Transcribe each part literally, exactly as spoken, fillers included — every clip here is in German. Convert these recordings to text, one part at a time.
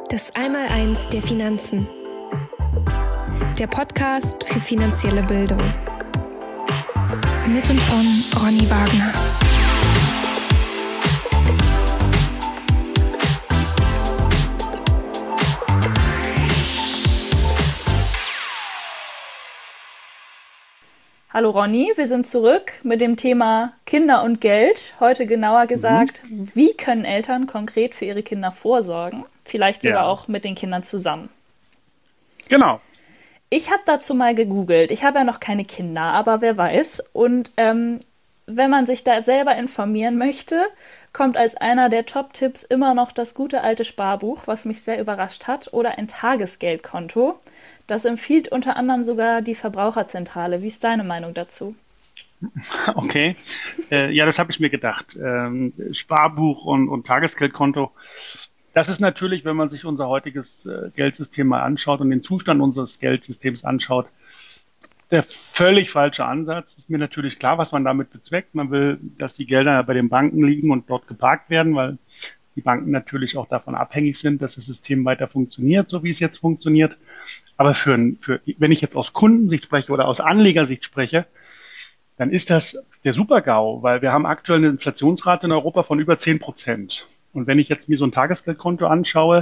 Das Einmaleins der Finanzen. Der Podcast für finanzielle Bildung. Mit und von Ronny Wagner. Hallo Ronny, wir sind zurück mit dem Thema Kinder und Geld. Heute genauer gesagt, mhm. wie können Eltern konkret für ihre Kinder vorsorgen? Vielleicht sogar ja. auch mit den Kindern zusammen. Genau. Ich habe dazu mal gegoogelt. Ich habe ja noch keine Kinder, aber wer weiß. Und ähm, wenn man sich da selber informieren möchte, kommt als einer der Top-Tipps immer noch das gute alte Sparbuch, was mich sehr überrascht hat, oder ein Tagesgeldkonto. Das empfiehlt unter anderem sogar die Verbraucherzentrale. Wie ist deine Meinung dazu? Okay, äh, ja, das habe ich mir gedacht. Ähm, Sparbuch und, und Tagesgeldkonto. Das ist natürlich, wenn man sich unser heutiges äh, Geldsystem mal anschaut und den Zustand unseres Geldsystems anschaut, der völlig falsche Ansatz. Ist mir natürlich klar, was man damit bezweckt. Man will, dass die Gelder bei den Banken liegen und dort geparkt werden, weil die Banken natürlich auch davon abhängig sind, dass das System weiter funktioniert, so wie es jetzt funktioniert. Aber für, für wenn ich jetzt aus Kundensicht spreche oder aus Anlegersicht spreche, dann ist das der Super-GAU, weil wir haben aktuell eine Inflationsrate in Europa von über zehn Prozent. Und wenn ich jetzt mir so ein Tagesgeldkonto anschaue,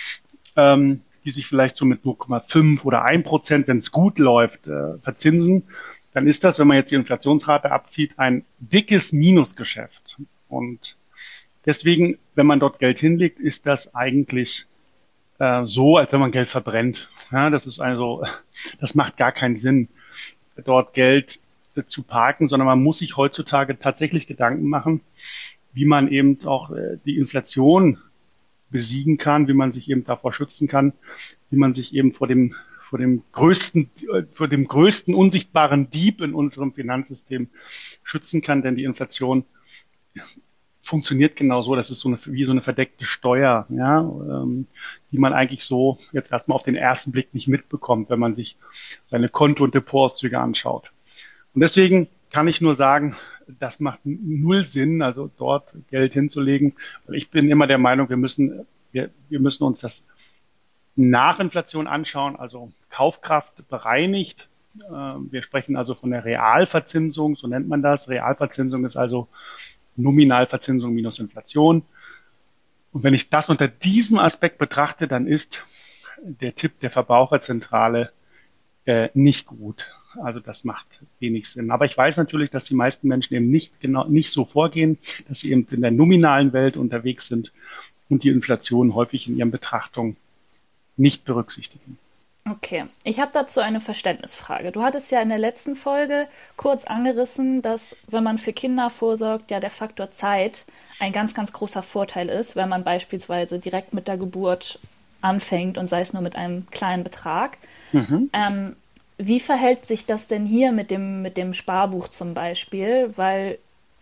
ähm, die sich vielleicht so mit null Komma fünf oder ein Prozent, wenn es gut läuft, äh, verzinsen, dann ist das, wenn man jetzt die Inflationsrate abzieht, ein dickes Minusgeschäft. Und deswegen, wenn man dort Geld hinlegt, ist das eigentlich äh, so, als wenn man Geld verbrennt. Ja, das ist also, das macht gar keinen Sinn, dort Geld äh, zu parken, sondern man muss sich heutzutage tatsächlich Gedanken machen, wie man eben auch äh, die Inflation besiegen kann, wie man sich eben davor schützen kann, wie man sich eben vor dem vor dem größten äh, vor dem größten unsichtbaren Dieb in unserem Finanzsystem schützen kann, denn die Inflation funktioniert genau so, das ist so eine, wie so eine verdeckte Steuer, ja, ähm, die man eigentlich so jetzt erstmal auf den ersten Blick nicht mitbekommt, wenn man sich seine Konto- und Depotauszüge anschaut. Und deswegen kann ich nur sagen, das macht null Sinn, also dort Geld hinzulegen. Weil ich bin immer der Meinung, wir müssen, wir, wir müssen uns das nach Inflation anschauen, also Kaufkraft bereinigt. Wir sprechen also von der Realverzinsung, so nennt man das. Realverzinsung ist also Nominalverzinsung minus Inflation. Und wenn ich das unter diesem Aspekt betrachte, dann ist der Tipp der Verbraucherzentrale äh, nicht gut. Also das macht wenig Sinn. Aber ich weiß natürlich, dass die meisten Menschen eben nicht genau nicht so vorgehen, dass sie eben in der nominalen Welt unterwegs sind und die Inflation häufig in ihren Betrachtungen nicht berücksichtigen. Okay, ich habe dazu eine Verständnisfrage. Du hattest ja in der letzten Folge kurz angerissen, dass wenn man für Kinder vorsorgt, ja der Faktor Zeit ein ganz, ganz großer Vorteil ist, wenn man beispielsweise direkt mit der Geburt anfängt und sei es nur mit einem kleinen Betrag. Mhm. Ähm, Wie verhält sich das denn hier mit dem, mit dem Sparbuch zum Beispiel? Weil,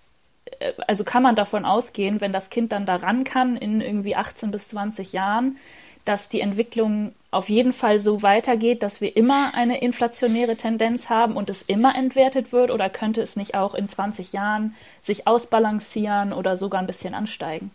also kann man davon ausgehen, wenn das Kind dann daran kann in irgendwie achtzehn bis zwanzig Jahren, dass die Entwicklung auf jeden Fall so weitergeht, dass wir immer eine inflationäre Tendenz haben und es immer entwertet wird? Oder könnte es nicht auch in zwanzig Jahren sich ausbalancieren oder sogar ein bisschen ansteigen?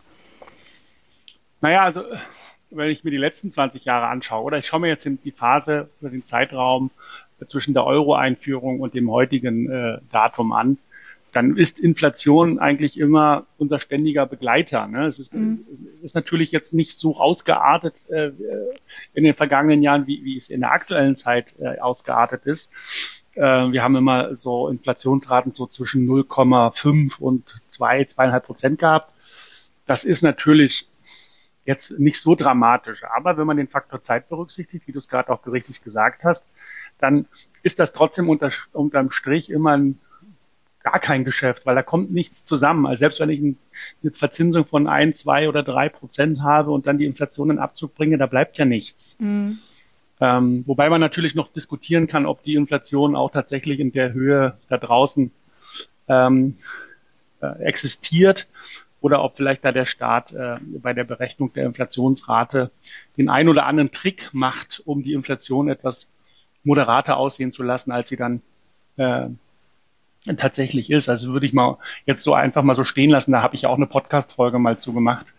Naja, also wenn ich mir die letzten zwanzig Jahre anschaue, oder ich schaue mir jetzt die Phase oder den Zeitraum zwischen der Euro-Einführung und dem heutigen äh, Datum an, dann ist Inflation eigentlich immer unser ständiger Begleiter. Ne? Es ist, mhm. ist natürlich jetzt nicht so ausgeartet äh, in den vergangenen Jahren, wie, wie es in der aktuellen Zeit äh, ausgeartet ist. Äh, wir haben immer so Inflationsraten so zwischen null Komma fünf und zwei, zweieinhalb Prozent gehabt. Das ist natürlich jetzt nicht so dramatisch. Aber wenn man den Faktor Zeit berücksichtigt, wie du es gerade auch richtig gesagt hast, dann ist das trotzdem unter, unterm Strich immer ein, gar kein Geschäft, weil da kommt nichts zusammen. Also selbst wenn ich eine Verzinsung von ein, zwei oder drei Prozent habe und dann die Inflation in Abzug bringe, da bleibt ja nichts. Mhm. Ähm, wobei man natürlich noch diskutieren kann, ob die Inflation auch tatsächlich in der Höhe da draußen ähm, äh, existiert oder ob vielleicht da der Staat äh, bei der Berechnung der Inflationsrate den ein oder anderen Trick macht, um die Inflation etwas moderater aussehen zu lassen, als sie dann äh, tatsächlich ist. Also würde ich mal jetzt so einfach mal so stehen lassen. Da habe ich auch eine Podcast-Folge mal zu gemacht.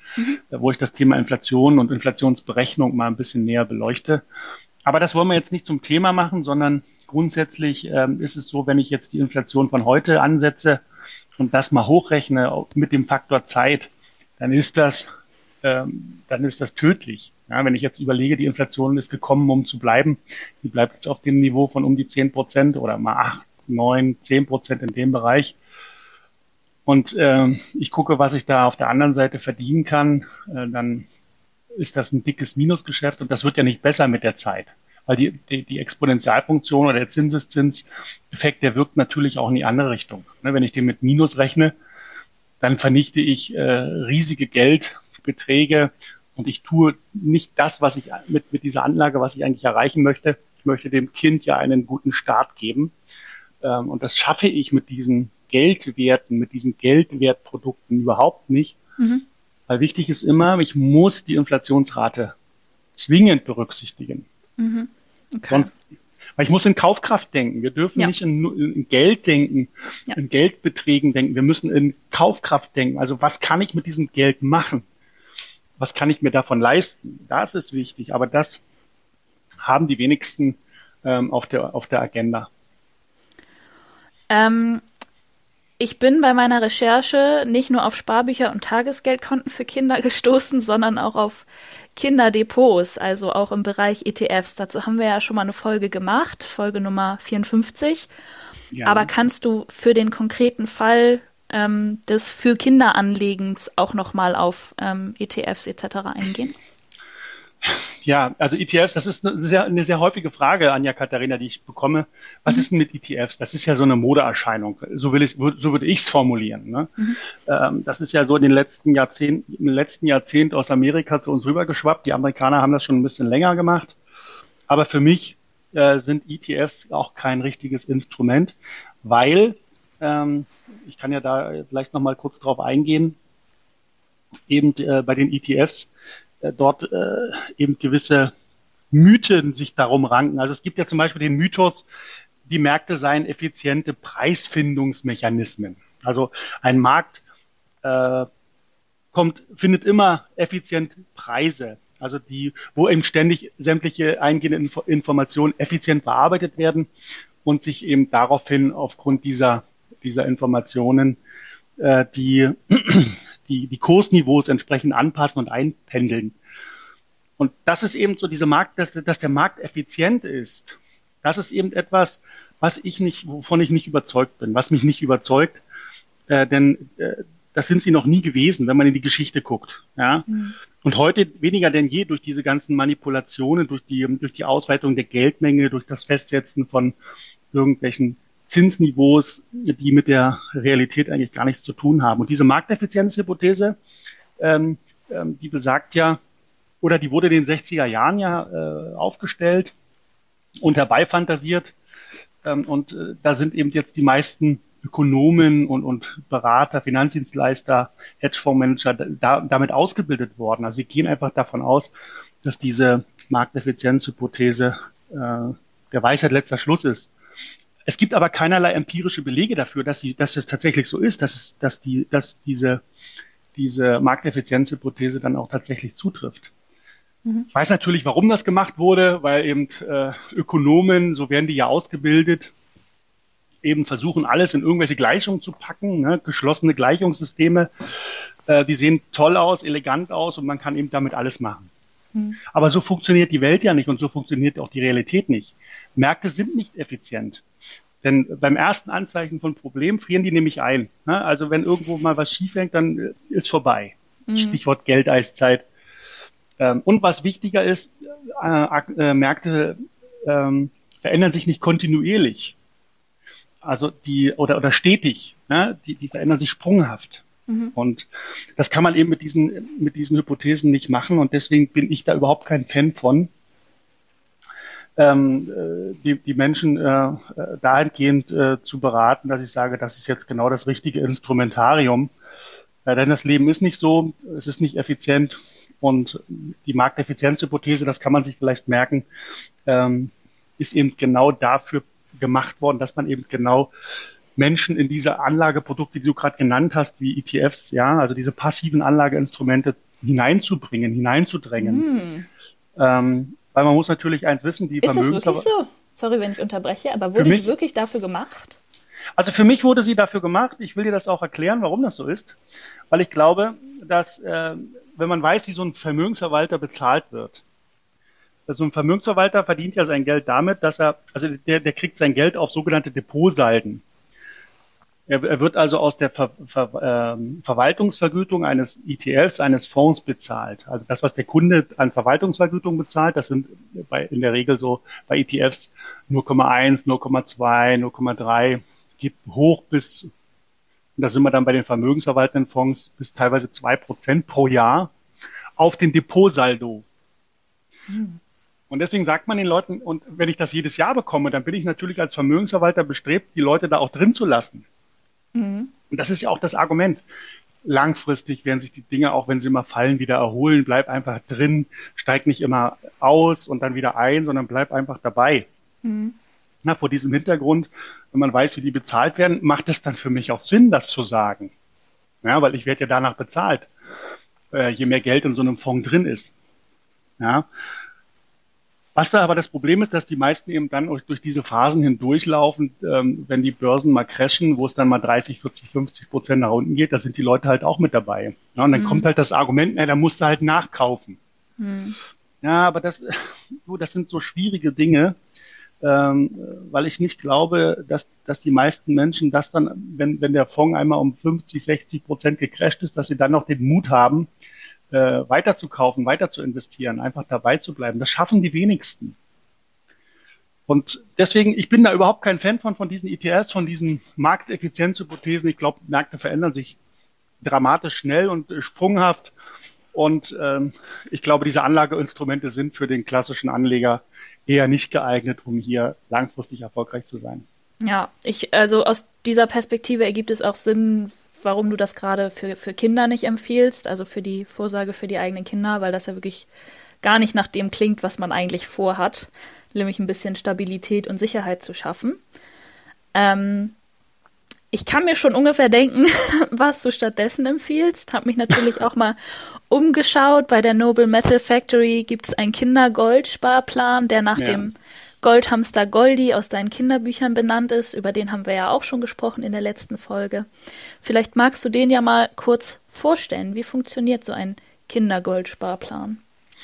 mhm. wo ich das Thema Inflation und Inflationsberechnung mal ein bisschen näher beleuchte. Aber das wollen wir jetzt nicht zum Thema machen, sondern grundsätzlich ähm, ist es so, wenn ich jetzt die Inflation von heute ansetze und das mal hochrechne mit dem Faktor Zeit, dann ist das, ähm, dann ist das tödlich. Ja, wenn ich jetzt überlege, die Inflation ist gekommen, um zu bleiben, die bleibt jetzt auf dem Niveau von um die zehn Prozent oder mal acht, neun, zehn Prozent in dem Bereich. Und äh, ich gucke, was ich da auf der anderen Seite verdienen kann, äh, dann ist das ein dickes Minusgeschäft und das wird ja nicht besser mit der Zeit. Weil die, die, die Exponentialfunktion oder der Zinseszinseffekt, der wirkt natürlich auch in die andere Richtung. Ne, wenn ich den mit Minus rechne, dann vernichte ich äh, riesige Geldbeträge und ich tue nicht das, was ich mit, mit dieser Anlage, was ich eigentlich erreichen möchte. Ich möchte dem Kind ja einen guten Start geben. Ähm, und das schaffe ich mit diesen Geldwerten, mit diesen Geldwertprodukten überhaupt nicht. Mhm. Weil wichtig ist immer, ich muss die Inflationsrate zwingend berücksichtigen. Mhm. Okay. Sonst, weil ich muss in Kaufkraft denken. Wir dürfen ja. nicht in, in Geld denken, ja. in Geldbeträgen denken. Wir müssen in Kaufkraft denken. Also was kann ich mit diesem Geld machen? Was kann ich mir davon leisten? Das ist wichtig. Aber das haben die wenigsten ähm, auf der, auf der Agenda. Ähm, ich bin bei meiner Recherche nicht nur auf Sparbücher und Tagesgeldkonten für Kinder gestoßen, sondern auch auf Kinderdepots, also auch im Bereich E T Fs. Dazu haben wir ja schon mal eine Folge gemacht, Folge Nummer vierundfünfzig. Ja. Aber kannst du für den konkreten Fall ähm, des für Kinderanlegens auch nochmal auf ähm, E T Fs et cetera eingehen? Ja, also E T Fs, das ist eine sehr, eine sehr häufige Frage, Anja Katharina, die ich bekomme. Was mhm. ist denn mit E T Fs? Das ist ja so eine Modeerscheinung. So will ich, so würde ich es formulieren. Ne? Mhm. Ähm, das ist ja so in den letzten Jahrzehnten, im letzten Jahrzehnt aus Amerika zu uns rübergeschwappt. Die Amerikaner haben das schon ein bisschen länger gemacht. Aber für mich äh, sind E T Fs auch kein richtiges Instrument, weil, ähm, ich kann ja da vielleicht noch mal kurz drauf eingehen, eben äh, bei den E T Fs, dort äh, eben gewisse Mythen sich darum ranken. Also es gibt ja zum Beispiel den Mythos, die Märkte seien effiziente Preisfindungsmechanismen. Also ein Markt äh, kommt, findet immer effizient Preise, also die, wo eben ständig sämtliche eingehende Info- Informationen effizient bearbeitet werden und sich eben daraufhin aufgrund dieser dieser Informationen äh, die Die, die Kursniveaus entsprechend anpassen und einpendeln. Und das ist eben so diese Markt, dass, dass der Markt effizient ist. Das ist eben etwas, was ich nicht, wovon ich nicht überzeugt bin, was mich nicht überzeugt, äh, denn äh, das sind sie noch nie gewesen, wenn man in die Geschichte guckt. Ja? Mhm. Und heute weniger denn je durch diese ganzen Manipulationen, durch die, durch die Ausweitung der Geldmenge, durch das Festsetzen von irgendwelchen Zinsniveaus, die mit der Realität eigentlich gar nichts zu tun haben. Und diese Markteffizienzhypothese, ähm, ähm, die besagt ja, oder die wurde in den sechziger Jahren ja äh, aufgestellt und herbeifantasiert. Ähm, und äh, da sind eben jetzt die meisten Ökonomen und, und Berater, Finanzdienstleister, Hedgefondsmanager da, damit ausgebildet worden. Also sie gehen einfach davon aus, dass diese Markteffizienzhypothese äh, der Weisheit letzter Schluss ist. Es gibt aber keinerlei empirische Belege dafür, dass sie, dass es tatsächlich so ist, dass es, dass die, dass diese, diese Markteffizienzhypothese dann auch tatsächlich zutrifft. Mhm. Ich weiß natürlich, warum das gemacht wurde, weil eben äh, Ökonomen, so werden die ja ausgebildet, eben versuchen, alles in irgendwelche Gleichungen zu packen, ne? Geschlossene Gleichungssysteme, äh, die sehen toll aus, elegant aus und man kann eben damit alles machen. Mhm. Aber so funktioniert die Welt ja nicht und so funktioniert auch die Realität nicht. Märkte sind nicht effizient. Denn beim ersten Anzeichen von Problemen frieren die nämlich ein. Also wenn irgendwo mal was schief hängt, dann ist vorbei. Mhm. Stichwort Geldeiszeit. Und was wichtiger ist, Märkte verändern sich nicht kontinuierlich. Also die, oder, oder stetig. Die, die verändern sich sprunghaft. Mhm. Und das kann man eben mit diesen, mit diesen Hypothesen nicht machen. Und deswegen bin ich da überhaupt kein Fan von, Ähm, die, die Menschen äh, dahingehend äh, zu beraten, dass ich sage, das ist jetzt genau das richtige Instrumentarium. Äh, denn das Leben ist nicht so, es ist nicht effizient und die Markteffizienzhypothese, das kann man sich vielleicht merken, ähm, ist eben genau dafür gemacht worden, dass man eben genau Menschen in diese Anlageprodukte, die du gerade genannt hast, wie E T Fs, ja, also diese passiven Anlageinstrumente hineinzubringen, hineinzudrängen. Mm. Ähm, weil man muss natürlich eins wissen, die Vermögens... Ist das wirklich so? Sorry, wenn ich unterbreche, aber wurde mich, die wirklich dafür gemacht? Also für mich wurde sie dafür gemacht. Ich will dir das auch erklären, warum das so ist. Weil ich glaube, dass äh, wenn man weiß, wie so ein Vermögensverwalter bezahlt wird, so ein Vermögensverwalter verdient ja sein Geld damit, dass er, also der, der kriegt sein Geld auf sogenannte Depotsalden. Er, er wird also aus der Ver, Ver, äh, Verwaltungsvergütung eines E T Fs, eines Fonds bezahlt. Also das, was der Kunde an Verwaltungsvergütung bezahlt, das sind bei, in der Regel so bei E T Fs null Komma eins, null Komma zwei, null Komma drei, geht hoch bis, und da sind wir dann bei den vermögensverwaltenden Fonds, bis teilweise zwei Prozent pro Jahr auf den Depotsaldo. Hm. Und deswegen sagt man den Leuten, und wenn ich das jedes Jahr bekomme, dann bin ich natürlich als Vermögensverwalter bestrebt, die Leute da auch drin zu lassen. Mhm. Und das ist ja auch das Argument. Langfristig werden sich die Dinge, auch wenn sie mal fallen, wieder erholen. Bleib einfach drin, steig nicht immer aus und dann wieder ein, sondern bleib einfach dabei. Mhm. Na, vor diesem Hintergrund, wenn man weiß, wie die bezahlt werden, macht es dann für mich auch Sinn, das zu sagen. Ja, weil ich werde ja danach bezahlt, äh, je mehr Geld in so einem Fonds drin ist. Ja. Was da aber das Problem ist, dass die meisten eben dann durch diese Phasen hindurchlaufen, ähm, wenn die Börsen mal crashen, wo es dann mal dreißig, vierzig, fünfzig Prozent nach unten geht, da sind die Leute halt auch mit dabei. Ja, und dann mhm. kommt halt das Argument, na, da musst du halt nachkaufen. Mhm. Ja, aber das, du, das sind so schwierige Dinge, ähm, weil ich nicht glaube, dass, dass die meisten Menschen das dann, wenn, wenn der Fonds einmal um fünfzig, sechzig Prozent gecrasht ist, dass sie dann noch den Mut haben, Äh, weiter zu kaufen, weiter zu investieren, einfach dabei zu bleiben. Das schaffen die wenigsten. Und deswegen, ich bin da überhaupt kein Fan von, von diesen E T Fs, von diesen Markteffizienzhypothesen. Ich glaube, Märkte verändern sich dramatisch schnell und äh, sprunghaft. Und ähm, ich glaube, diese Anlageinstrumente sind für den klassischen Anleger eher nicht geeignet, um hier langfristig erfolgreich zu sein. Ja, ich, also aus dieser Perspektive ergibt es auch Sinn, warum du das gerade für, für Kinder nicht empfiehlst, also für die Vorsorge für die eigenen Kinder, weil das ja wirklich gar nicht nach dem klingt, was man eigentlich vorhat, nämlich ein bisschen Stabilität und Sicherheit zu schaffen. Ähm, ich kann mir schon ungefähr denken, was du stattdessen empfiehlst. Habe mich natürlich auch mal umgeschaut. Bei der Noble Metal Factory gibt es einen Kindergoldsparplan, der nach ja. dem Goldhamster Goldi aus deinen Kinderbüchern benannt ist. Über den haben wir ja auch schon gesprochen in der letzten Folge. Vielleicht magst du den ja mal kurz vorstellen. Wie funktioniert so ein Kindergoldsparplan?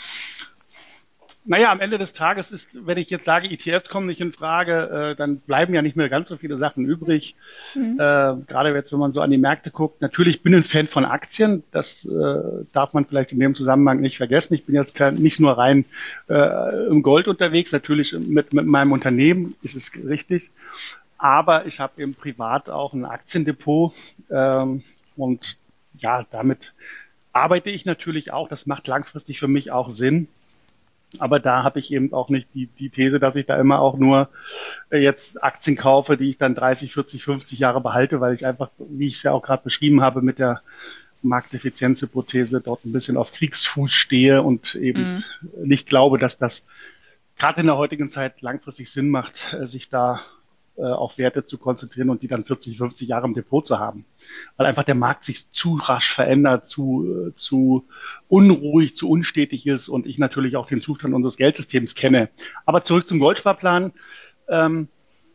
Naja, am Ende des Tages ist, wenn ich jetzt sage, E T Fs kommen nicht in Frage, äh, dann bleiben ja nicht mehr ganz so viele Sachen übrig. Mhm. Äh, gerade jetzt, wenn man so an die Märkte guckt. Natürlich bin ich ein Fan von Aktien. Das äh, darf man vielleicht in dem Zusammenhang nicht vergessen. Ich bin jetzt kein, nicht nur rein äh, im Gold unterwegs. Natürlich mit, mit meinem Unternehmen ist es richtig. Aber ich habe eben privat auch ein Aktiendepot. Ähm, und ja, damit arbeite ich natürlich auch. Das macht langfristig für mich auch Sinn. Aber da habe ich eben auch nicht die, die These, dass ich da immer auch nur äh, jetzt Aktien kaufe, die ich dann dreißig, vierzig, fünfzig Jahre behalte, weil ich einfach, wie ich es ja auch gerade beschrieben habe, mit der Markteffizienzhypothese dort ein bisschen auf Kriegsfuß stehe und eben mhm. nicht glaube, dass das gerade in der heutigen Zeit langfristig Sinn macht, äh, sich da äh, auf Werte zu konzentrieren und die dann vierzig, fünfzig Jahre im Depot zu haben. Weil einfach der Markt sich zu rasch verändert, zu, äh, zu unruhig, zu unstetig ist und ich natürlich auch den Zustand unseres Geldsystems kenne. Aber zurück zum Goldsparplan. Ähm,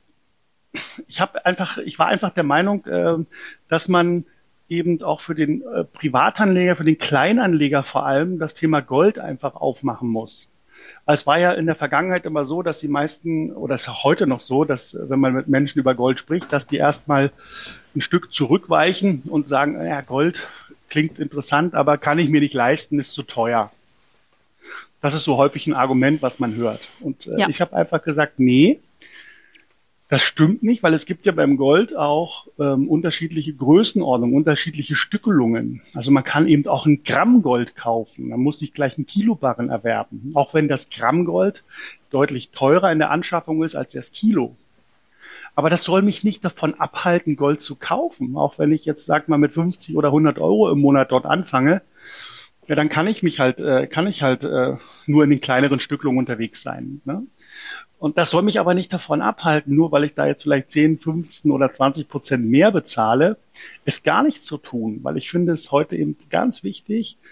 ich habe einfach, ich war einfach der Meinung, äh, dass man eben auch für den äh, Privatanleger, für den Kleinanleger vor allem das Thema Gold einfach aufmachen muss. Es war ja in der Vergangenheit immer so, dass die meisten, oder es ist auch heute noch so, dass wenn man mit Menschen über Gold spricht, dass die erstmal ein Stück zurückweichen und sagen, ja, Gold klingt interessant, aber kann ich mir nicht leisten, ist zu teuer. Das ist so häufig ein Argument, was man hört. Und äh, ja. ich habe einfach gesagt, nee, das stimmt nicht, weil es gibt ja beim Gold auch ähm, unterschiedliche Größenordnungen, unterschiedliche Stückelungen. Also man kann eben auch ein Gramm Gold kaufen. Man muss nicht gleich einen Kilobarren erwerben. Auch wenn das Gramm Gold deutlich teurer in der Anschaffung ist als das Kilo. Aber das soll mich nicht davon abhalten, Gold zu kaufen. Auch wenn ich jetzt, sag mal, mit fünfzig oder hundert Euro im Monat dort anfange, ja, dann kann ich mich halt, äh, kann ich halt äh, nur in den kleineren Stückelungen unterwegs sein, ne? Und das soll mich aber nicht davon abhalten, nur weil ich da jetzt vielleicht zehn, fünfzehn oder zwanzig Prozent mehr bezahle, es gar nicht zu tun. Weil ich finde es heute eben ganz wichtig,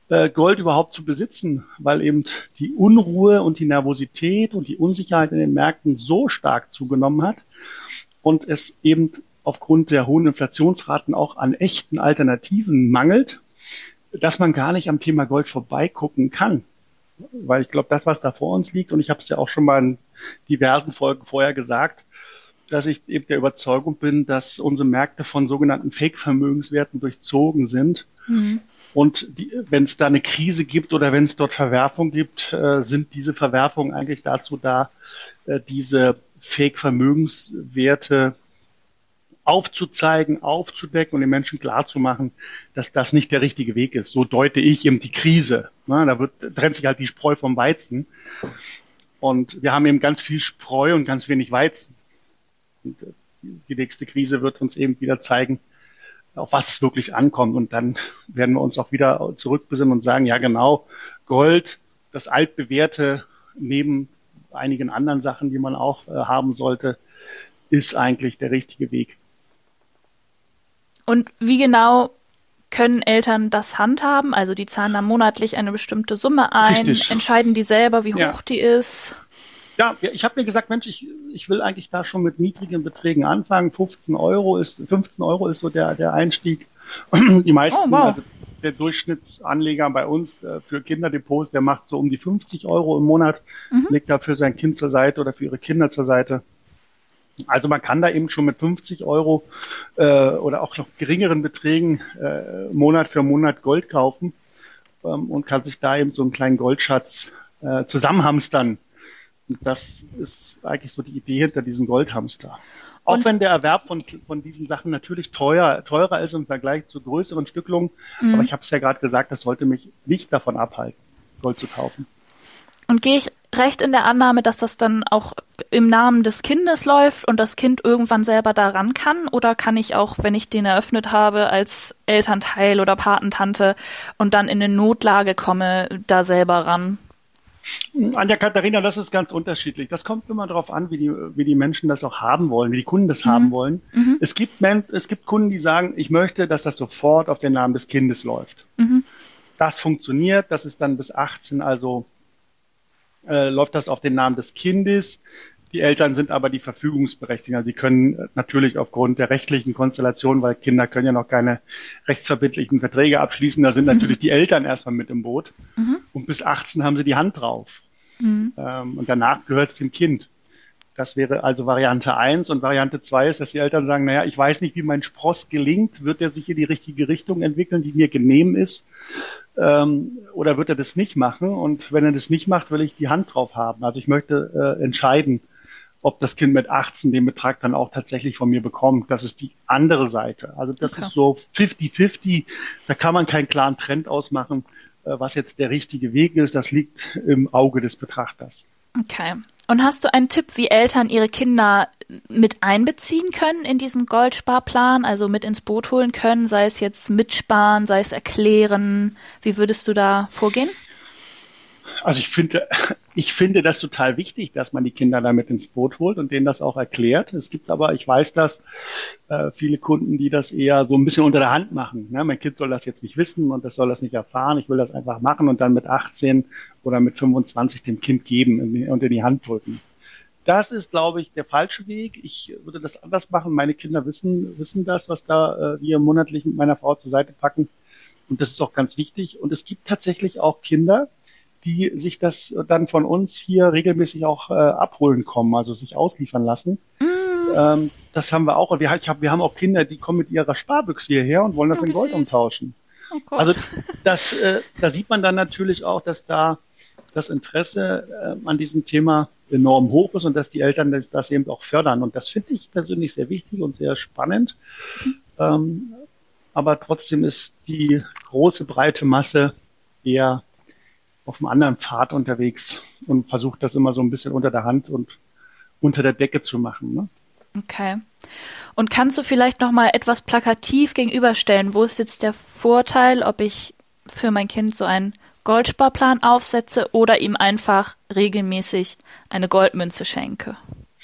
Gold überhaupt zu besitzen, weil eben die Unruhe und die Nervosität und die Unsicherheit in den Märkten so stark zugenommen hat und es eben aufgrund der hohen Inflationsraten auch an echten Alternativen mangelt, dass man gar nicht am Thema Gold vorbeigucken kann. Weil ich glaube, das, was da vor uns liegt, und ich habe es ja auch schon mal in diversen Folgen vorher gesagt, dass ich eben der Überzeugung bin, dass unsere Märkte von sogenannten Fake-Vermögenswerten durchzogen sind. Mhm. Und wenn es da eine Krise gibt oder wenn es dort Verwerfungen gibt, äh, sind diese Verwerfungen eigentlich dazu da, äh, diese Fake-Vermögenswerte aufzuzeigen, aufzudecken und den Menschen klarzumachen, dass das nicht der richtige Weg ist. So deute ich eben die Krise. Na, da wird, trennt sich halt die Spreu vom Weizen. Und wir haben eben ganz viel Spreu und ganz wenig Weizen. Und die nächste Krise wird uns eben wieder zeigen, auf was es wirklich ankommt. Und dann werden wir uns auch wieder zurückbesinnen und sagen, ja genau, Gold, das altbewährte, neben einigen anderen Sachen, die man auch äh, haben sollte, ist eigentlich der richtige Weg. Und wie genau können Eltern das handhaben? Also die zahlen dann monatlich eine bestimmte Summe ein, Richtig. Entscheiden die selber, wie hoch ja. die ist? Ja, ich habe mir gesagt, Mensch, ich, ich will eigentlich da schon mit niedrigen Beträgen anfangen. fünfzehn Euro ist, fünfzehn Euro ist so der, der Einstieg. Die meisten, oh, wow. also der Durchschnittsanleger bei uns äh, für Kinderdepots, der macht so um die fünfzig Euro im Monat, mhm. legt da für sein Kind zur Seite oder für ihre Kinder zur Seite. Also man kann da eben schon mit fünfzig Euro äh, oder auch noch geringeren Beträgen äh, Monat für Monat Gold kaufen ähm, und kann sich da eben so einen kleinen Goldschatz äh, zusammenhamstern. Und das ist eigentlich so die Idee hinter diesem Goldhamster. Auch und wenn der Erwerb von von diesen Sachen natürlich teuer teurer ist im Vergleich zu größeren Stückelungen, mhm. aber ich habe es ja gerade gesagt, das sollte mich nicht davon abhalten, Gold zu kaufen. Und gehe ich recht in der Annahme, dass das dann auch im Namen des Kindes läuft und das Kind irgendwann selber daran kann? Oder kann ich auch, wenn ich den eröffnet habe, als Elternteil oder Patentante und dann in eine Notlage komme, da selber ran? Anja Katharina, das ist ganz unterschiedlich. Das kommt immer darauf an, wie die, wie die Menschen das auch haben wollen, wie die Kunden das mhm. haben wollen. Mhm. Es gibt, es gibt Kunden, die sagen, ich möchte, dass das sofort auf den Namen des Kindes läuft. Mhm. Das funktioniert, das ist dann bis achtzehn, also äh, läuft das auf den Namen des Kindes. Die Eltern sind aber die Verfügungsberechtigten. Also die können natürlich aufgrund der rechtlichen Konstellation, weil Kinder können ja noch keine rechtsverbindlichen Verträge abschließen, da sind natürlich die Eltern erstmal mit im Boot. Mhm. Und bis achtzehn haben sie die Hand drauf. Mhm. Ähm, und danach gehört es dem Kind. Das wäre also Variante eins. Und Variante zwei ist, dass die Eltern sagen, naja, ich weiß nicht, wie mein Spross gelingt. Wird er sich in die richtige Richtung entwickeln, die mir genehm ist? Ähm, oder wird er das nicht machen? Und wenn er das nicht macht, will ich die Hand drauf haben. Also ich möchte äh, entscheiden, ob das Kind mit achtzehn den Betrag dann auch tatsächlich von mir bekommt. Das ist die andere Seite. Also das okay. ist so fifty fifty. Da kann man keinen klaren Trend ausmachen, äh, was jetzt der richtige Weg ist. Das liegt im Auge des Betrachters. Okay. Und hast du einen Tipp, wie Eltern ihre Kinder mit einbeziehen können in diesen Goldsparplan, also mit ins Boot holen können, sei es jetzt mitsparen, sei es erklären? Wie würdest du da vorgehen? Also ich finde, ich finde das total wichtig, dass man die Kinder damit ins Boot holt und denen das auch erklärt. Es gibt aber, ich weiß das, äh, viele Kunden, die das eher so ein bisschen unter der Hand machen. Ne? Mein Kind soll das jetzt nicht wissen und das soll das nicht erfahren. Ich will das einfach machen und dann mit achtzehn oder mit fünfundzwanzig dem Kind geben und in die Hand drücken. Das ist, glaube ich, der falsche Weg. Ich würde das anders machen. Meine Kinder wissen, wissen das, was da äh, wir monatlich mit meiner Frau zur Seite packen. Und das ist auch ganz wichtig. Und es gibt tatsächlich auch Kinder, die sich das dann von uns hier regelmäßig auch äh, abholen kommen, also sich ausliefern lassen. Mm. Ähm, das haben wir auch. Und wir, ich hab, wir haben auch Kinder, die kommen mit ihrer Sparbüchse hierher und wollen das oh, in Gold süß. umtauschen. Oh Gott. Also das, äh, da sieht man dann natürlich auch, dass da das Interesse äh, an diesem Thema enorm hoch ist und dass die Eltern das, das eben auch fördern. Und das finde ich persönlich sehr wichtig und sehr spannend. Mhm. Ähm, aber trotzdem ist die große, breite Masse eher auf einem anderen Pfad unterwegs und versucht das immer so ein bisschen unter der Hand und unter der Decke zu machen. Ne? Okay. Und kannst du vielleicht noch mal etwas plakativ gegenüberstellen? Wo ist jetzt der Vorteil, ob ich für mein Kind so einen Goldsparplan aufsetze oder ihm einfach regelmäßig eine Goldmünze schenke?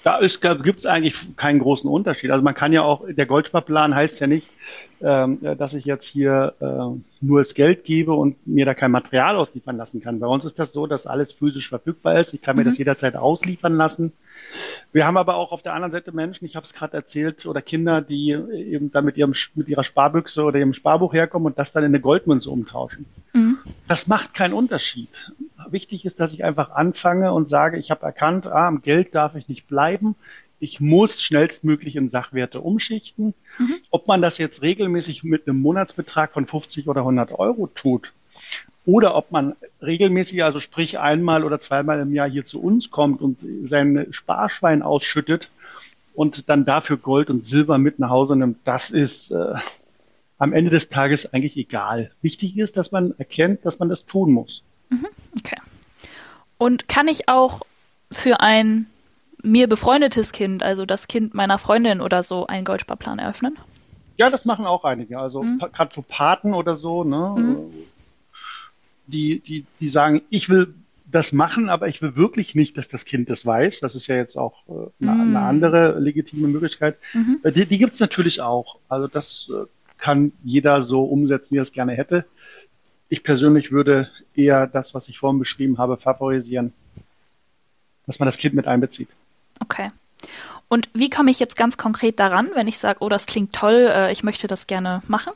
Da gibt es eigentlich keinen großen Unterschied. Also man kann ja auch, der Goldsparplan heißt ja nicht, ähm, dass ich jetzt hier äh, nur das Geld gebe und mir da kein Material ausliefern lassen kann. Bei uns ist das so, dass alles physisch verfügbar ist. Ich kann mir mhm. das jederzeit ausliefern lassen. Wir haben aber auch auf der anderen Seite Menschen, ich habe es gerade erzählt, oder Kinder, die eben da mit, ihrem, mit ihrer Sparbüchse oder ihrem Sparbuch herkommen und das dann in eine Goldmünze umtauschen. Mhm. Das macht keinen Unterschied. Wichtig ist, dass ich einfach anfange und sage, ich habe erkannt, ah, am Geld darf ich nicht bleiben. Ich muss schnellstmöglich in Sachwerte umschichten. Mhm. Ob man das jetzt regelmäßig mit einem Monatsbetrag von fünfzig oder hundert Euro tut oder ob man regelmäßig, also sprich einmal oder zweimal im Jahr hier zu uns kommt und sein Sparschwein ausschüttet und dann dafür Gold und Silber mit nach Hause nimmt, das ist äh, am Ende des Tages eigentlich egal. Wichtig ist, dass man erkennt, dass man das tun muss. Okay. Und kann ich auch für ein mir befreundetes Kind, also das Kind meiner Freundin oder so, einen Goldsparplan eröffnen? Ja, das machen auch einige. Also mhm. gerade so Paten oder so, ne, mhm. die, die, die sagen, ich will das machen, aber ich will wirklich nicht, dass das Kind das weiß. Das ist ja jetzt auch äh, eine, mhm. eine andere legitime Möglichkeit. Mhm. Die, die gibt es natürlich auch. Also das äh, kann jeder so umsetzen, wie er es gerne hätte. Ich persönlich würde eher das, was ich vorhin beschrieben habe, favorisieren, dass man das Kind mit einbezieht. Okay. Und wie komme ich jetzt ganz konkret daran, wenn ich sage, oh, das klingt toll, äh, ich möchte das gerne machen?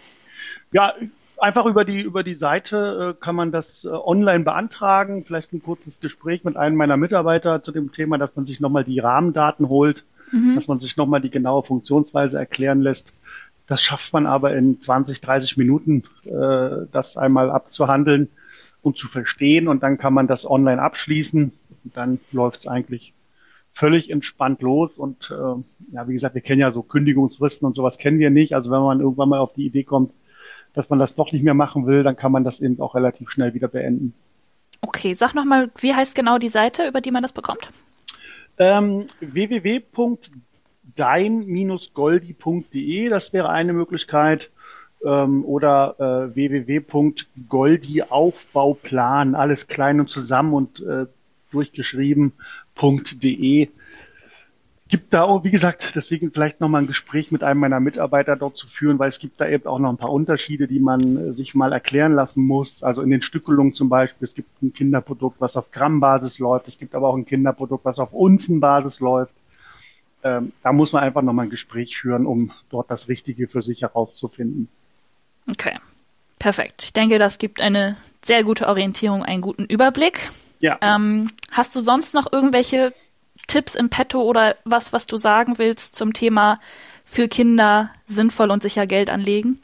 Ja, einfach über die über die Seite äh, kann man das äh, online beantragen. Vielleicht ein kurzes Gespräch mit einem meiner Mitarbeiter zu dem Thema, dass man sich nochmal die Rahmendaten holt, mhm. dass man sich nochmal die genaue Funktionsweise erklären lässt. Das schafft man aber in zwanzig, dreißig Minuten, äh, das einmal abzuhandeln und zu verstehen. Und dann kann man das online abschließen. Und dann läuft es eigentlich völlig entspannt los. Und äh, ja, wie gesagt, wir kennen ja so Kündigungsfristen und sowas kennen wir nicht. Also wenn man irgendwann mal auf die Idee kommt, dass man das doch nicht mehr machen will, dann kann man das eben auch relativ schnell wieder beenden. Okay, sag nochmal, wie heißt genau die Seite, über die man das bekommt? Ähm, w w w punkt dein Bindestrich goldi punkt de, das wäre eine Möglichkeit, ähm, oder äh, w w w punkt goldi Aufbauplan, alles klein und zusammen und äh, durchgeschrieben, .de. Gibt da auch, wie gesagt, deswegen vielleicht nochmal ein Gespräch mit einem meiner Mitarbeiter dort zu führen, weil es gibt da eben auch noch ein paar Unterschiede, die man äh, sich mal erklären lassen muss. Also in den Stückelungen zum Beispiel, es gibt ein Kinderprodukt, was auf Grammbasis läuft, es gibt aber auch ein Kinderprodukt, was auf Unzenbasis läuft. Ähm, da muss man einfach nochmal ein Gespräch führen, um dort das Richtige für sich herauszufinden. Okay, perfekt. Ich denke, das gibt eine sehr gute Orientierung, einen guten Überblick. Ja. Ähm, hast du sonst noch irgendwelche Tipps im Petto oder was, was du sagen willst zum Thema für Kinder sinnvoll und sicher Geld anlegen?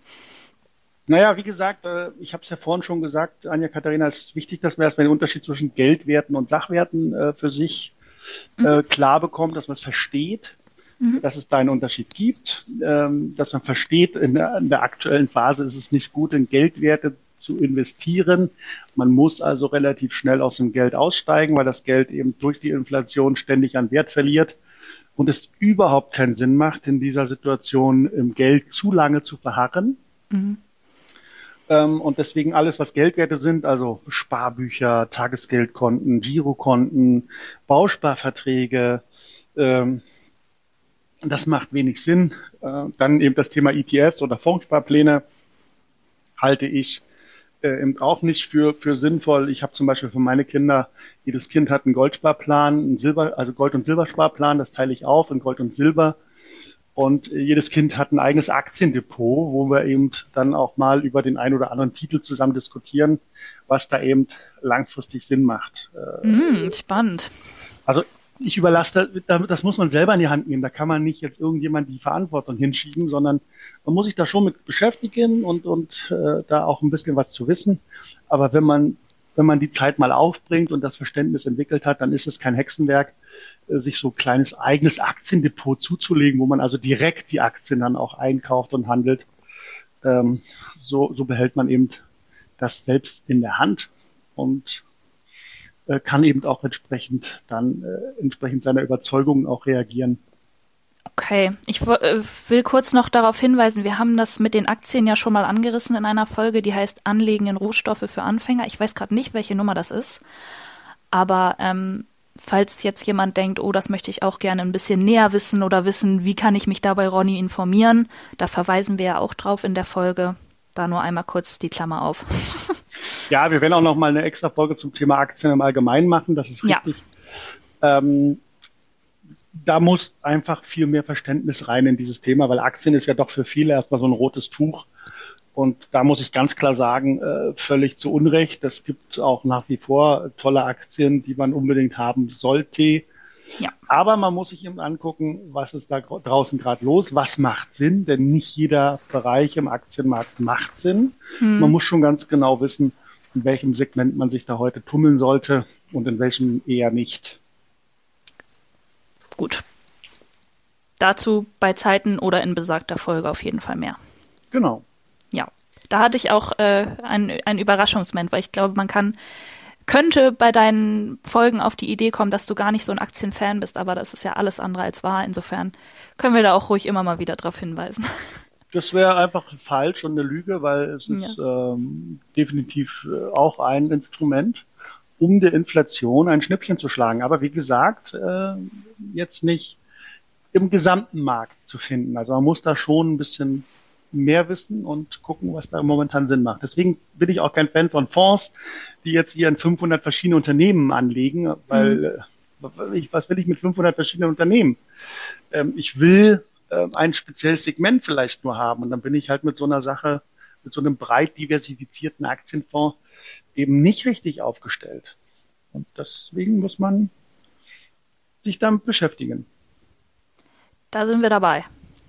Naja, wie gesagt, äh, ich habe es ja vorhin schon gesagt, Anja Katharina, es ist wichtig, dass man erstmal den Unterschied zwischen Geldwerten und Sachwerten äh, für sich mhm. äh, klar bekommt, dass man es versteht, mhm. dass es da einen Unterschied gibt, ähm, dass man versteht, in der, in der aktuellen Phase ist es nicht gut, in Geldwerte zu investieren. Man muss also relativ schnell aus dem Geld aussteigen, weil das Geld eben durch die Inflation ständig an Wert verliert und es überhaupt keinen Sinn macht, in dieser Situation im Geld zu lange zu verharren. Mhm. Ähm, und deswegen alles, was Geldwerte sind, also Sparbücher, Tagesgeldkonten, Girokonten, Bausparverträge, ähm, das macht wenig Sinn. Äh, dann eben das Thema E T Fs oder Fondssparpläne halte ich äh, eben auch nicht für für sinnvoll. Ich habe zum Beispiel für meine Kinder, jedes Kind hat einen Goldsparplan, einen Silber, also Gold- und Silbersparplan, das teile ich auf in Gold und Silber. Und jedes Kind hat ein eigenes Aktiendepot, wo wir eben dann auch mal über den einen oder anderen Titel zusammen diskutieren, was da eben langfristig Sinn macht. Mm, spannend. Also ich überlasse das, das muss man selber in die Hand nehmen. Da kann man nicht jetzt irgendjemand die Verantwortung hinschieben, sondern man muss sich da schon mit beschäftigen und, und äh, da auch ein bisschen was zu wissen. Aber wenn man wenn man die Zeit mal aufbringt und das Verständnis entwickelt hat, dann ist es kein Hexenwerk, sich so ein kleines eigenes Aktiendepot zuzulegen, wo man also direkt die Aktien dann auch einkauft und handelt. Ähm, so, so behält man eben das selbst in der Hand und äh, kann eben auch entsprechend dann äh, entsprechend seiner Überzeugungen auch reagieren. Okay, ich w- will kurz noch darauf hinweisen, wir haben das mit den Aktien ja schon mal angerissen in einer Folge, die heißt Anlegen in Rohstoffe für Anfänger. Ich weiß gerade nicht, welche Nummer das ist, aber ähm, falls jetzt jemand denkt, oh, das möchte ich auch gerne ein bisschen näher wissen oder wissen, wie kann ich mich da bei Ronny informieren, da verweisen wir ja auch drauf in der Folge. Da nur einmal kurz die Klammer auf. Ja, wir werden auch noch mal eine extra Folge zum Thema Aktien im Allgemeinen machen, das ist richtig. Ja. Ähm, da muss einfach viel mehr Verständnis rein in dieses Thema, weil Aktien ist ja doch für viele erstmal so ein rotes Tuch. Und da muss ich ganz klar sagen, äh, völlig zu Unrecht. Es gibt auch nach wie vor tolle Aktien, die man unbedingt haben sollte. Ja. Aber man muss sich eben angucken, was ist da draußen gerade los, was macht Sinn, denn nicht jeder Bereich im Aktienmarkt macht Sinn. Hm. Man muss schon ganz genau wissen, in welchem Segment man sich da heute tummeln sollte und in welchem eher nicht. Gut. Dazu bei Zeiten oder in besagter Folge auf jeden Fall mehr. Genau. Ja, da hatte ich auch äh, einen, einen Überraschungsmoment, weil ich glaube, man kann könnte bei deinen Folgen auf die Idee kommen, dass du gar nicht so ein Aktienfan bist, aber das ist ja alles andere als wahr. Insofern können wir da auch ruhig immer mal wieder darauf hinweisen. Das wäre einfach falsch und eine Lüge, weil es ist ja. ähm, definitiv auch ein Instrument, um der Inflation ein Schnippchen zu schlagen. Aber wie gesagt, äh, jetzt nicht im gesamten Markt zu finden. Also man muss da schon ein bisschen mehr wissen und gucken, was da momentan Sinn macht. Deswegen bin ich auch kein Fan von Fonds, die jetzt hier in fünfhundert verschiedene Unternehmen anlegen, weil mhm. ich, was will ich mit fünfhundert verschiedenen Unternehmen? Ähm, ich will äh, ein spezielles Segment vielleicht nur haben und dann bin ich halt mit so einer Sache, mit so einem breit diversifizierten Aktienfonds eben nicht richtig aufgestellt. Und deswegen muss man sich damit beschäftigen. Da sind wir dabei.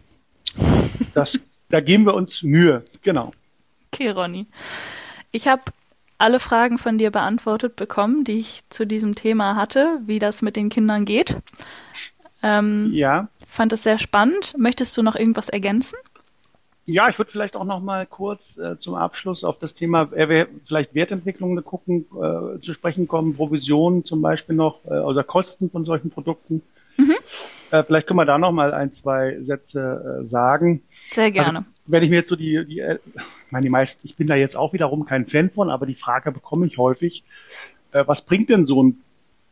Das Da geben wir uns Mühe, genau. Okay, Ronny. Ich habe alle Fragen von dir beantwortet bekommen, die ich zu diesem Thema hatte, wie das mit den Kindern geht. Ähm, ja. Fand es sehr spannend. Möchtest du noch irgendwas ergänzen? Ja, ich würde vielleicht auch noch mal kurz äh, zum Abschluss auf das Thema äh, vielleicht Wertentwicklungen gucken, äh, zu sprechen kommen, Provisionen zum Beispiel noch, äh, oder Kosten von solchen Produkten. Mhm. Äh, vielleicht können wir da noch mal ein, zwei Sätze äh, sagen. Sehr gerne. Also, wenn ich mir jetzt so die, die, ich meine, die meisten, ich bin da jetzt auch wiederum kein Fan von, aber die Frage bekomme ich häufig, äh, was bringt denn so ein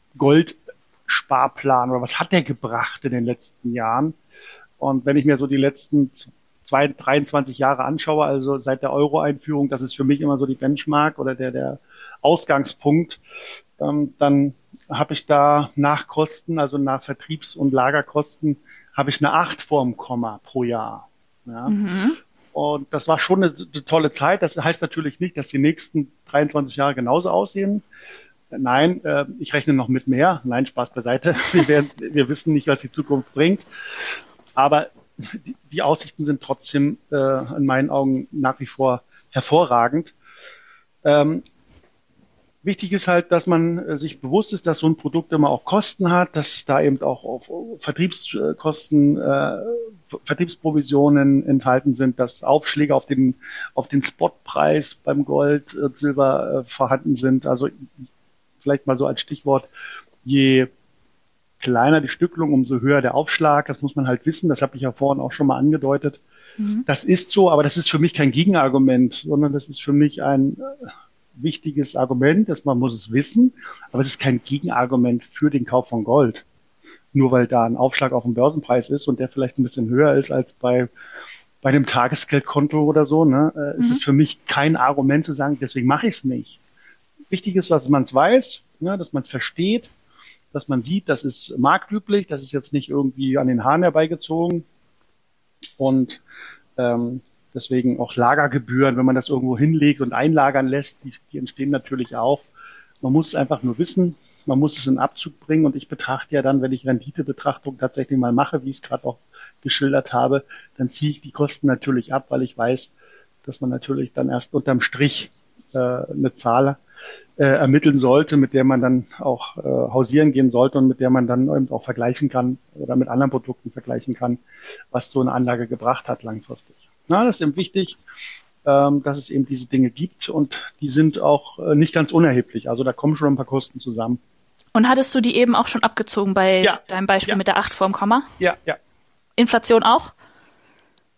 Goldsparplan oder was hat der gebracht in den letzten Jahren? Und wenn ich mir so die letzten zwei, dreiundzwanzig Jahre anschaue, also seit der Euro-Einführung, das ist für mich immer so die Benchmark oder der, der Ausgangspunkt, ähm, dann habe ich da nach Kosten, also nach Vertriebs- und Lagerkosten, habe ich eine acht vorm Komma pro Jahr. Ja. Mhm. Und das war schon eine, eine tolle Zeit. Das heißt natürlich nicht, dass die nächsten dreiundzwanzig Jahre genauso aussehen. Nein, äh, ich rechne noch mit mehr. Nein, Spaß beiseite. Wir, werden, wir wissen nicht, was die Zukunft bringt. Aber die, die Aussichten sind trotzdem äh, in meinen Augen nach wie vor hervorragend. Ähm, Wichtig ist halt, dass man äh, sich bewusst ist, dass so ein Produkt immer auch Kosten hat, dass da eben auch auf Vertriebskosten, äh, Vertriebsprovisionen enthalten sind, dass Aufschläge auf den auf den Spotpreis beim Gold und Silber äh, vorhanden sind. Also vielleicht mal so als Stichwort, je kleiner die Stückelung, umso höher der Aufschlag. Das muss man halt wissen. Das habe ich ja vorhin auch schon mal angedeutet. Mhm. Das ist so, aber das ist für mich kein Gegenargument, sondern das ist für mich ein äh, wichtiges Argument, dass man muss es wissen, aber es ist kein Gegenargument für den Kauf von Gold. Nur weil da ein Aufschlag auf dem Börsenpreis ist und der vielleicht ein bisschen höher ist als bei bei einem Tagesgeldkonto oder so, ne, äh, mhm. ist es für mich kein Argument zu sagen, deswegen mache ich es nicht. Wichtig ist, dass man es weiß, ne, dass man es versteht, dass man sieht, das ist marktüblich, das ist jetzt nicht irgendwie an den Haaren herbeigezogen und ähm, deswegen auch Lagergebühren, wenn man das irgendwo hinlegt und einlagern lässt, die, die entstehen natürlich auch. Man muss es einfach nur wissen, man muss es in Abzug bringen und ich betrachte ja dann, wenn ich Renditebetrachtung tatsächlich mal mache, wie ich es gerade auch geschildert habe, dann ziehe ich die Kosten natürlich ab, weil ich weiß, dass man natürlich dann erst unterm Strich äh, eine Zahl äh, ermitteln sollte, mit der man dann auch äh, hausieren gehen sollte und mit der man dann eben auch vergleichen kann oder mit anderen Produkten vergleichen kann, was so eine Anlage gebracht hat langfristig. Na, das ist eben wichtig, ähm, dass es eben diese Dinge gibt und die sind auch äh, nicht ganz unerheblich. Also da kommen schon ein paar Kosten zusammen. Und hattest du die eben auch schon abgezogen bei ja. deinem Beispiel ja. mit der acht vorm Komma? Ja, ja. Inflation auch?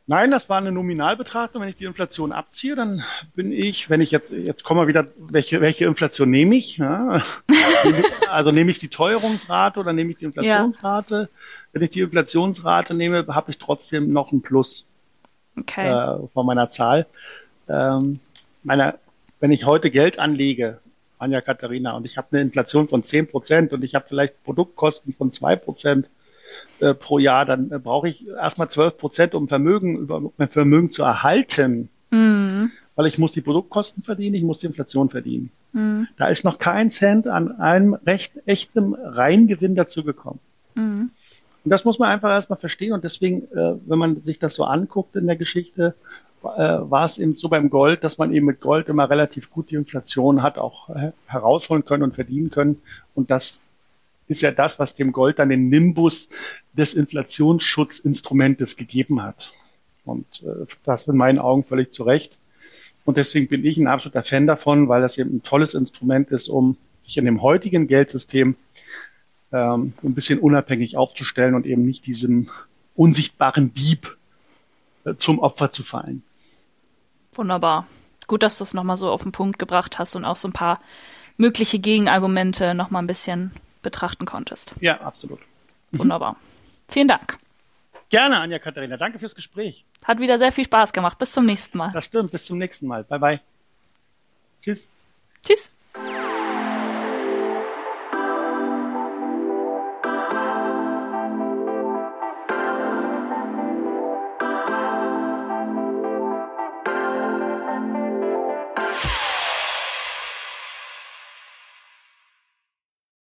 Nein, das war eine Nominalbetrachtung. Wenn ich die Inflation abziehe, dann bin ich, wenn ich jetzt, jetzt kommen wir wieder, welche, welche Inflation nehme ich? Ja? Also nehme ich die Teuerungsrate oder nehme ich die Inflationsrate? Ja. Wenn ich die Inflationsrate nehme, habe ich trotzdem noch ein Plus okay. äh, von meiner Zahl. Ähm, meiner, wenn ich heute Geld anlege, Anja Katharina, und ich habe eine Inflation von zehn Prozent und ich habe vielleicht Produktkosten von zwei Prozent, pro Jahr, dann brauche ich erstmal zwölf Prozent, um Vermögen, über mein Vermögen zu erhalten. Mhm. Weil ich muss die Produktkosten verdienen, ich muss die Inflation verdienen. Mhm. Da ist noch kein Cent an einem recht echtem Reingewinn dazugekommen. Mhm. Und das muss man einfach erstmal verstehen. Und deswegen, wenn man sich das so anguckt in der Geschichte, war es eben so beim Gold, dass man eben mit Gold immer relativ gut die Inflation hat auch herausholen können und verdienen können. Und das ist ja das, was dem Gold dann den Nimbus des Inflationsschutzinstrumentes gegeben hat. Und äh, das in meinen Augen völlig zu Recht. Und deswegen bin ich ein absoluter Fan davon, weil das eben ein tolles Instrument ist, um sich in dem heutigen Geldsystem ähm, ein bisschen unabhängig aufzustellen und eben nicht diesem unsichtbaren Dieb äh, zum Opfer zu fallen. Wunderbar. Gut, dass du es nochmal so auf den Punkt gebracht hast und auch so ein paar mögliche Gegenargumente nochmal ein bisschen betrachten konntest. Ja, absolut. Wunderbar. Vielen Dank. Gerne, Anja Katharina. Danke fürs Gespräch. Hat wieder sehr viel Spaß gemacht. Bis zum nächsten Mal. Das stimmt. Bis zum nächsten Mal. Bye, bye. Tschüss. Tschüss.